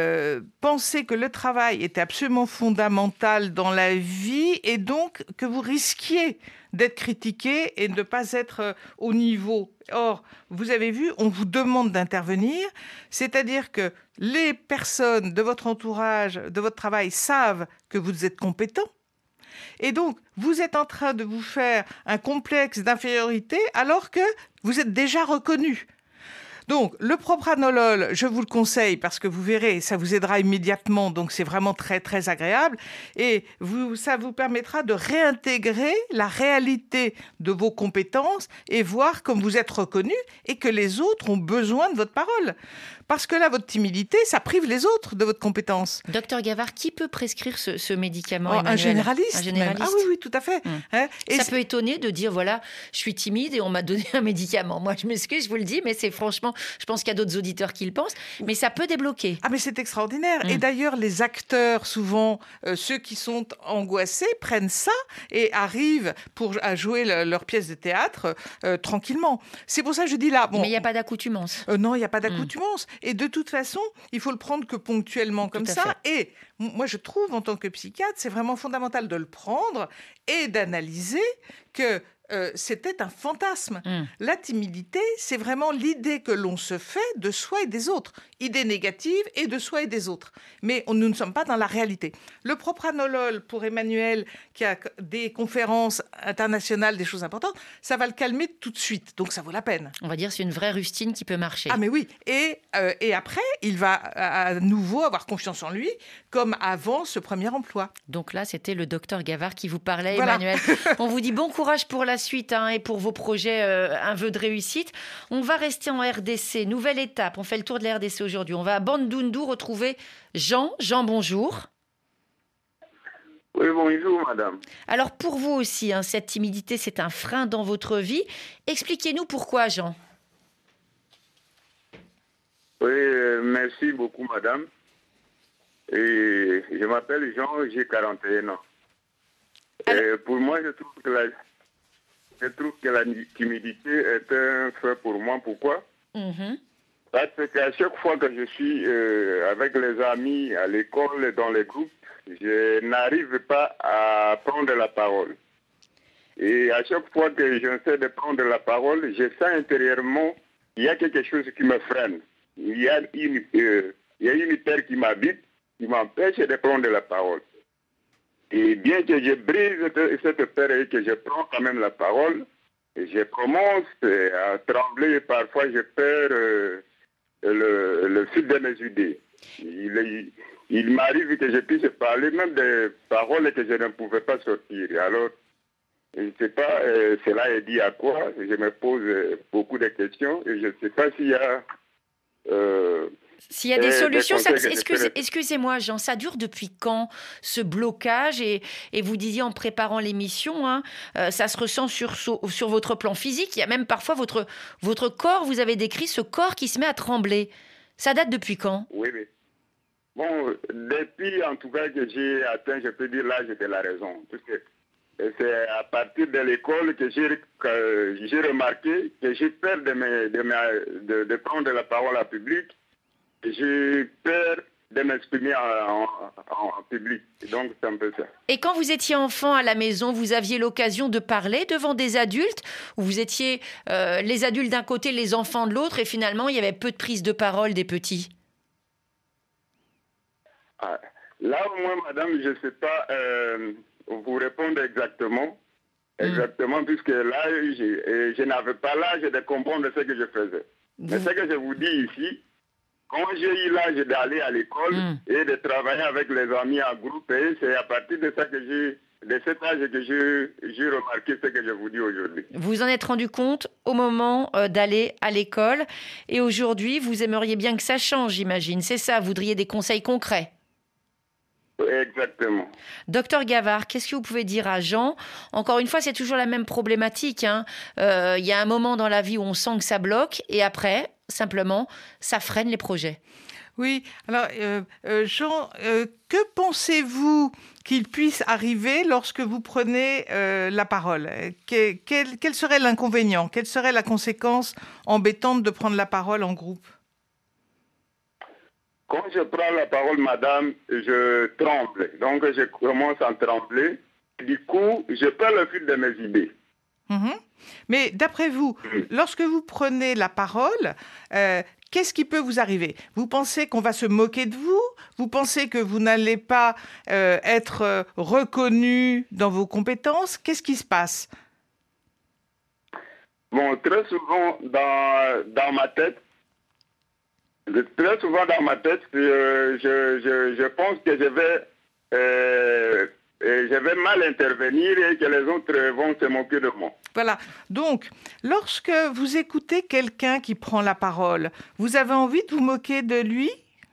penser que le travail était absolument fondamental dans la vie et donc que vous risquiez d'être critiqué et de ne pas être au niveau. Or, vous avez vu, on vous demande d'intervenir, c'est-à-dire que les personnes de votre entourage, de votre travail, savent que vous êtes compétent. Et donc, vous êtes en train de vous faire un complexe d'infériorité alors que vous êtes déjà reconnu. Donc, le propranolol, je vous le conseille parce que vous verrez, ça vous aidera immédiatement. Donc, c'est vraiment très, très agréable. Et ça vous permettra de réintégrer la réalité de vos compétences et voir comme vous êtes reconnu et que les autres ont besoin de votre parole. Parce que là, votre timidité, ça prive les autres de votre compétence. Docteur Gavard, qui peut prescrire ce médicament, Un généraliste. Un généraliste. Ah oui, tout à fait. Hein, et ça peut étonner de dire, voilà, je suis timide et on m'a donné un médicament. Moi, je m'excuse, je vous le dis, mais c'est franchement, je pense qu'il y a d'autres auditeurs qui le pensent, mais ça peut débloquer. Ah, mais c'est extraordinaire. Et d'ailleurs, les acteurs, souvent, ceux qui sont angoissés, prennent ça et arrivent à jouer leur pièce de théâtre tranquillement. C'est pour ça que je dis là... Bon, mais il n'y a pas d'accoutumance. Non, il n'y a pas d'accoutumance. Et de toute façon, il faut le prendre que ponctuellement comme ça. Et moi, je trouve, en tant que psychiatre, c'est vraiment fondamental de le prendre et d'analyser que c'était un fantasme. La timidité, c'est vraiment l'idée que l'on se fait de soi et des autres. Idée négative et de soi et des autres. Mais nous ne sommes pas dans la réalité. Le propranolol, pour Emmanuel, qui a des conférences internationales, des choses importantes, ça va le calmer tout de suite. Donc, ça vaut la peine. On va dire c'est une vraie rustine qui peut marcher. Ah, mais oui. Et après, il va à nouveau avoir confiance en lui, comme avant ce premier emploi. Donc là, c'était le docteur Gavard qui vous parlait, voilà. Emmanuel. On vous dit bon courage pour la suite et pour vos projets, un vœu de réussite. On va rester en RDC, nouvelle étape. On fait le tour de la RDC aujourd'hui. On va à Bandundu retrouver Jean. Jean, bonjour. Oui, bonjour, madame. Alors, pour vous aussi, cette timidité, c'est un frein dans votre vie. Expliquez-nous pourquoi, Jean. Oui, merci beaucoup, madame. Et je m'appelle Jean, j'ai 41 ans. Et pour moi, je trouve que la timidité est un fait pour moi. Pourquoi? Parce qu'à chaque fois que je suis avec les amis à l'école, dans les groupes, je n'arrive pas à prendre la parole. Et à chaque fois que j'essaie de prendre la parole, je sens intérieurement qu'il y a quelque chose qui me freine. Il y a une peur qui m'habite, qui m'empêche de prendre la parole. Et bien que je brise cette peur et que je prends quand même la parole, je commence à trembler. Parfois, je perds le fil de mes idées. Il m'arrive que je puisse parler même des paroles que je ne pouvais pas sortir. Alors, je ne sais pas, cela est dit à quoi. Je me pose beaucoup de questions et je ne sais pas s'il y a... S'il y a des solutions, excusez-moi Jean, ça dure depuis quand ce blocage et vous disiez en préparant l'émission, ça se ressent sur votre plan physique, il y a même parfois votre corps, vous avez décrit ce corps qui se met à trembler. Ça date depuis quand? Oui. Bon, depuis en tout cas que j'ai atteint, je peux dire l'âge de la raison. Parce que c'est à partir de l'école que j'ai remarqué que j'ai peur de prendre la parole en public. J'ai peur de m'exprimer en public. Donc, c'est un peu ça. Et quand vous étiez enfant à la maison, vous aviez l'occasion de parler devant des adultes? Ou vous étiez les adultes d'un côté, les enfants de l'autre, et finalement, il y avait peu de prise de parole des petits? Là, moi, madame, je ne sais pas vous répondre exactement. Exactement, puisque là, je n'avais pas l'âge de comprendre ce que je faisais. Mais ce que je vous dis ici, quand j'ai eu l'âge d'aller à l'école et de travailler avec les amis en groupe, et c'est à partir de ça de cet âge que j'ai remarqué ce que je vous dis aujourd'hui. Vous en êtes rendu compte au moment d'aller à l'école, et aujourd'hui, vous aimeriez bien que ça change, j'imagine. C'est ça, vous voudriez des conseils concrets? Exactement. Docteur Gavard, qu'est-ce que vous pouvez dire à Jean? Encore une fois, c'est toujours la même problématique. Il y a un moment dans la vie où on sent que ça bloque, et après, simplement, ça freine les projets. Oui, alors Jean, que pensez-vous qu'il puisse arriver lorsque vous prenez la parole? Quel serait l'inconvénient? Quelle serait la conséquence embêtante de prendre la parole en groupe? Quand je prends la parole, madame, je tremble. Donc, je commence à trembler. Du coup, je perds le fil de mes idées. Mais d'après vous, lorsque vous prenez la parole, qu'est-ce qui peut vous arriver? Vous pensez qu'on va se moquer de vous? Vous pensez que vous n'allez pas être reconnu dans vos compétences? Qu'est-ce qui se passe? Bon, très souvent dans ma tête, je pense que je vais mal intervenir et que les autres vont se moquer de moi. Voilà. Donc, lorsque vous écoutez quelqu'un qui prend la parole, vous avez envie de vous moquer de lui?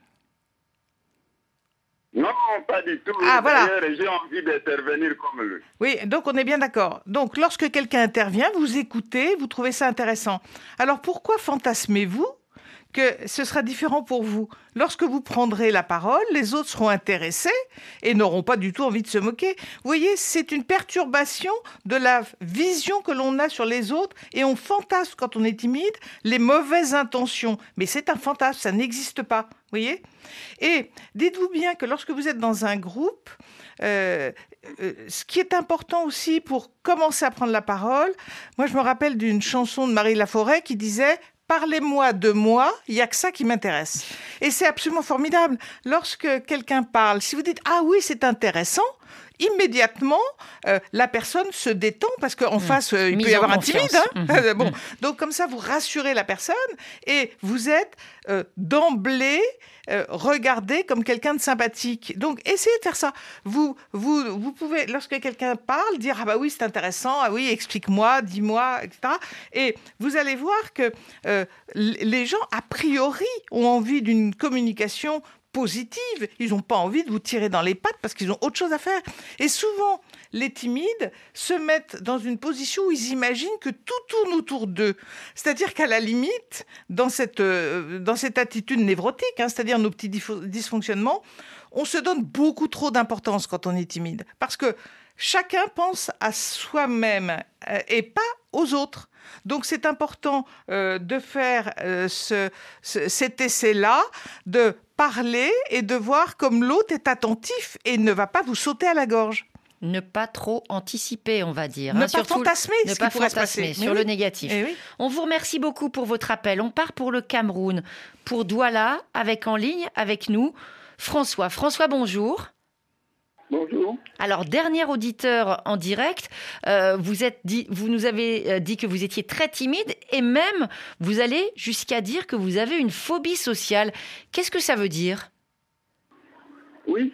Non, pas du tout. Ah, voilà. D'ailleurs, j'ai envie d'intervenir comme lui. Oui, donc on est bien d'accord. Donc, lorsque quelqu'un intervient, vous écoutez, vous trouvez ça intéressant. Alors, pourquoi fantasmez-vous que ce sera différent pour vous? Lorsque vous prendrez la parole, les autres seront intéressés et n'auront pas du tout envie de se moquer. Vous voyez, c'est une perturbation de la vision que l'on a sur les autres et on fantasme, quand on est timide, les mauvaises intentions. Mais c'est un fantasme, ça n'existe pas. Vous voyez? Et dites-vous bien que lorsque vous êtes dans un groupe, ce qui est important aussi pour commencer à prendre la parole, moi je me rappelle d'une chanson de Marie Laforêt qui disait « Parlez-moi de moi, il n'y a que ça qui m'intéresse ». Et c'est absolument formidable. Lorsque quelqu'un parle, si vous dites « Ah oui, c'est intéressant », immédiatement, la personne se détend parce qu'en face, il peut y avoir un timide. Bon, donc comme ça, vous rassurez la personne et vous êtes d'emblée regardé comme quelqu'un de sympathique. Donc, essayez de faire ça. Vous pouvez, lorsque quelqu'un parle, dire « Ah bah oui, c'est intéressant, ah oui, explique-moi, dis-moi, etc. » Et vous allez voir que les gens, a priori, ont envie d'une communication positive. Ils n'ont pas envie de vous tirer dans les pattes parce qu'ils ont autre chose à faire. Et souvent, les timides se mettent dans une position où ils imaginent que tout tourne autour d'eux. C'est-à-dire qu'à la limite, dans cette attitude névrotique, c'est-à-dire nos petits dysfonctionnements, on se donne beaucoup trop d'importance quand on est timide. Parce que chacun pense à soi-même et pas aux autres. Donc c'est important de faire cet essai-là, de parler et de voir comme l'autre est attentif et ne va pas vous sauter à la gorge. Ne pas trop anticiper, on va dire. Ne pas fantasmer ce qui pourrait se passer. Sur le négatif. Oui. On vous remercie beaucoup pour votre appel. On part pour le Cameroun, pour Douala, avec en ligne, avec nous, François. François, bonjour. Bonjour. Alors, dernier auditeur en direct, vous nous avez dit que vous étiez très timide et même vous allez jusqu'à dire que vous avez une phobie sociale. Qu'est-ce que ça veut dire? Oui,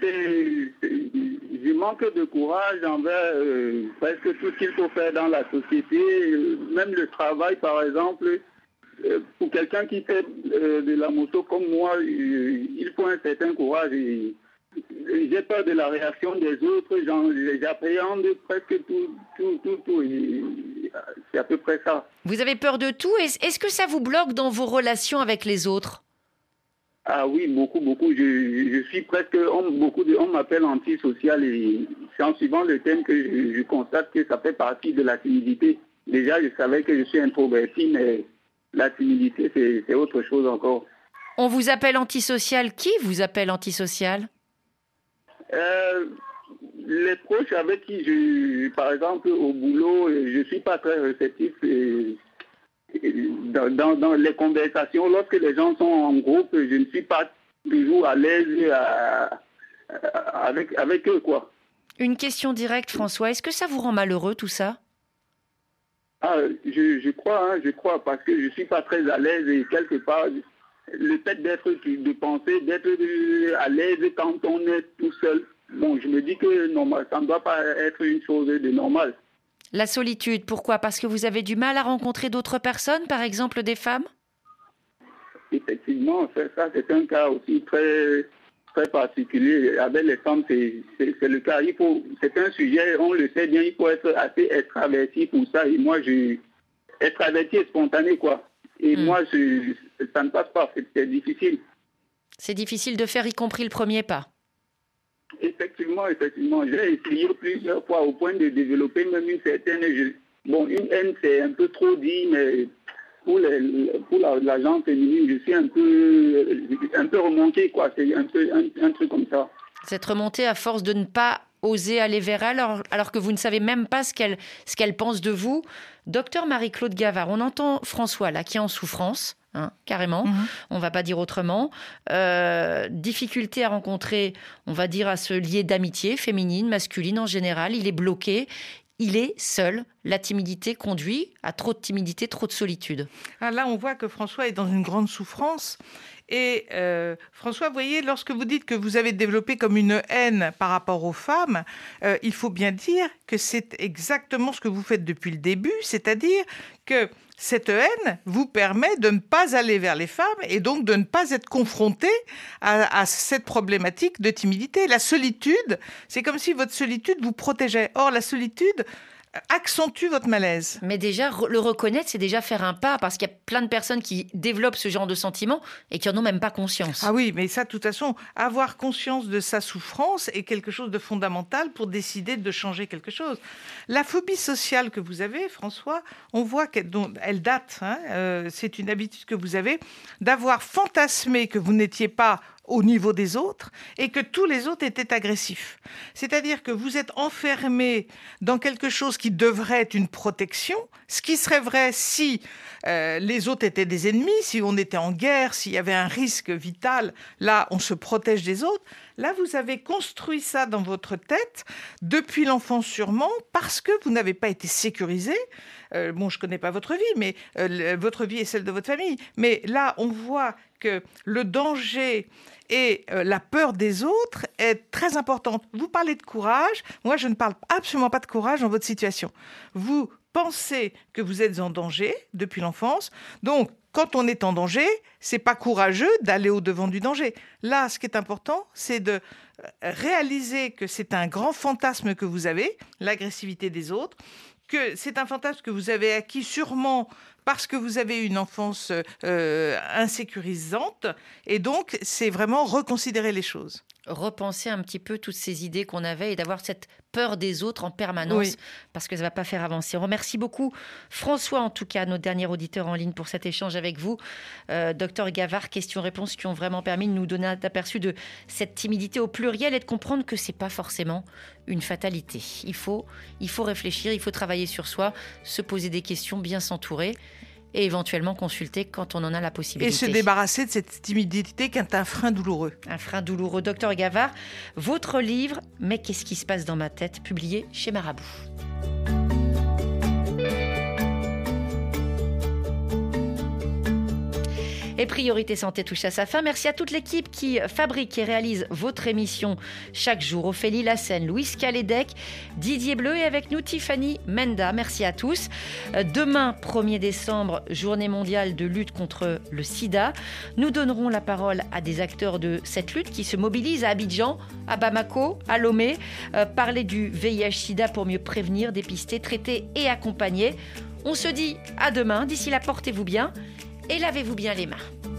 je manque de courage envers presque tout ce qu'il faut faire dans la société, même le travail par exemple. Pour quelqu'un qui fait de la moto comme moi, il faut un certain courage. J'ai peur de la réaction des autres, j'appréhende presque tout. C'est à peu près ça. Vous avez peur de tout. Est-ce que ça vous bloque dans vos relations avec les autres? Ah oui, beaucoup. Je suis presque, on m'appelle antisocial et c'est en suivant le thème que je constate que ça fait partie de la timidité. Déjà, je savais que je suis introverti, mais la timidité, c'est autre chose encore. On vous appelle antisocial. Qui vous appelle antisocial? Les proches avec qui par exemple, au boulot, je ne suis pas très réceptif dans les conversations. Lorsque les gens sont en groupe, je ne suis pas toujours à l'aise avec eux, quoi. Une question directe, François. Est-ce que ça vous rend malheureux, tout ça? Ah, je crois, parce que je ne suis pas très à l'aise et quelque part... Le fait de penser, d'être à l'aise quand on est tout seul, bon, je me dis que normal, ça ne doit pas être une chose de normale. La solitude, pourquoi? Parce que vous avez du mal à rencontrer d'autres personnes, par exemple des femmes? Effectivement, ça c'est un cas aussi très, très particulier. Avec les femmes, c'est le cas. C'est un sujet, on le sait bien, il faut être assez extraverti pour ça. Et moi, extraverti et spontané, quoi. Et moi, ça ne passe pas, c'est difficile. C'est difficile de faire, y compris le premier pas. Effectivement. J'ai essayé plusieurs fois au point de développer même une certaine... une haine, c'est un peu trop dit, mais pour la gente féminine, je suis un peu remonté, quoi. C'est un truc comme ça. Vous êtes remonté à force de ne pas oser aller vers elle, alors que vous ne savez même pas ce qu'elle pense de vous. Docteur Marie-Claude Gavard, on entend François, là, qui est en souffrance, carrément, on ne va pas dire autrement. Difficulté à rencontrer, on va dire, à se lier d'amitié, féminine, masculine en général. Il est bloqué. Il est seul. La timidité conduit à trop de timidité, trop de solitude. Là, on voit que François est dans une grande souffrance. Et François, vous voyez, lorsque vous dites que vous avez développé comme une haine par rapport aux femmes, il faut bien dire que c'est exactement ce que vous faites depuis le début, c'est-à-dire que cette haine vous permet de ne pas aller vers les femmes et donc de ne pas être confronté à cette problématique de timidité. La solitude, c'est comme si votre solitude vous protégeait. Or, la solitude accentue votre malaise. Mais déjà, le reconnaître, c'est déjà faire un pas, parce qu'il y a plein de personnes qui développent ce genre de sentiments et qui n'en ont même pas conscience. Ah oui, mais ça, de toute façon, avoir conscience de sa souffrance est quelque chose de fondamental pour décider de changer quelque chose. La phobie sociale que vous avez, François, on voit qu'elle date, c'est une habitude que vous avez, d'avoir fantasmé que vous n'étiez pas au niveau des autres et que tous les autres étaient agressifs. C'est-à-dire que vous êtes enfermé dans quelque chose qui devrait être une protection, ce qui serait vrai si les autres étaient des ennemis, si on était en guerre, s'il y avait un risque vital, là on se protège des autres. Là vous avez construit ça dans votre tête depuis l'enfance sûrement parce que vous n'avez pas été sécurisé. Je ne connais pas votre vie, mais votre vie est celle de votre famille. Mais là, on voit que le danger et la peur des autres est très importante. Vous parlez de courage. Moi, je ne parle absolument pas de courage dans votre situation. Vous pensez que vous êtes en danger depuis l'enfance. Donc, quand on est en danger, c'est pas courageux d'aller au-devant du danger. Là, ce qui est important, c'est de réaliser que c'est un grand fantasme que vous avez, l'agressivité des autres, que c'est un fantasme que vous avez acquis sûrement parce que vous avez une enfance insécurisante. Et donc, c'est vraiment reconsidérer les choses. Repenser un petit peu toutes ces idées qu'on avait et d'avoir cette peur des autres en permanence, parce que ça ne va pas faire avancer. On remercie beaucoup François, en tout cas, notre dernier auditeur en ligne, pour cet échange avec vous. Docteur Gavard, questions-réponses qui ont vraiment permis de nous donner un aperçu de cette timidité au pluriel et de comprendre que ce n'est pas forcément une fatalité. Il faut réfléchir, il faut travailler sur soi, se poser des questions, bien s'entourer et éventuellement consulter quand on en a la possibilité. Et se débarrasser de cette timidité qui est un frein douloureux. Un frein douloureux. Docteur Gavard, votre livre « Mais qu'est-ce qui se passe dans ma tête ?» publié chez Marabout. Et Priorité Santé touche à sa fin. Merci à toute l'équipe qui fabrique et réalise votre émission chaque jour. Ophélie Lassène, Louise Calédec, Didier Bleu et avec nous Tiffany Menda. Merci à tous. Demain, 1er décembre, journée mondiale de lutte contre le sida. Nous donnerons la parole à des acteurs de cette lutte qui se mobilisent à Abidjan, à Bamako, à Lomé. Parler du VIH-sida pour mieux prévenir, dépister, traiter et accompagner. On se dit à demain. D'ici là, portez-vous bien. Et lavez-vous bien les mains.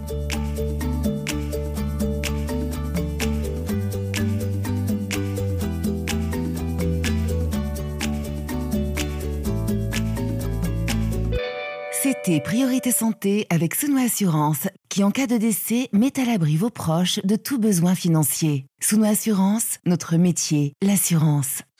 C'était Priorité Santé avec Souno Assurance, qui en cas de décès met à l'abri vos proches de tout besoin financier. Souno Assurance, notre métier, l'assurance.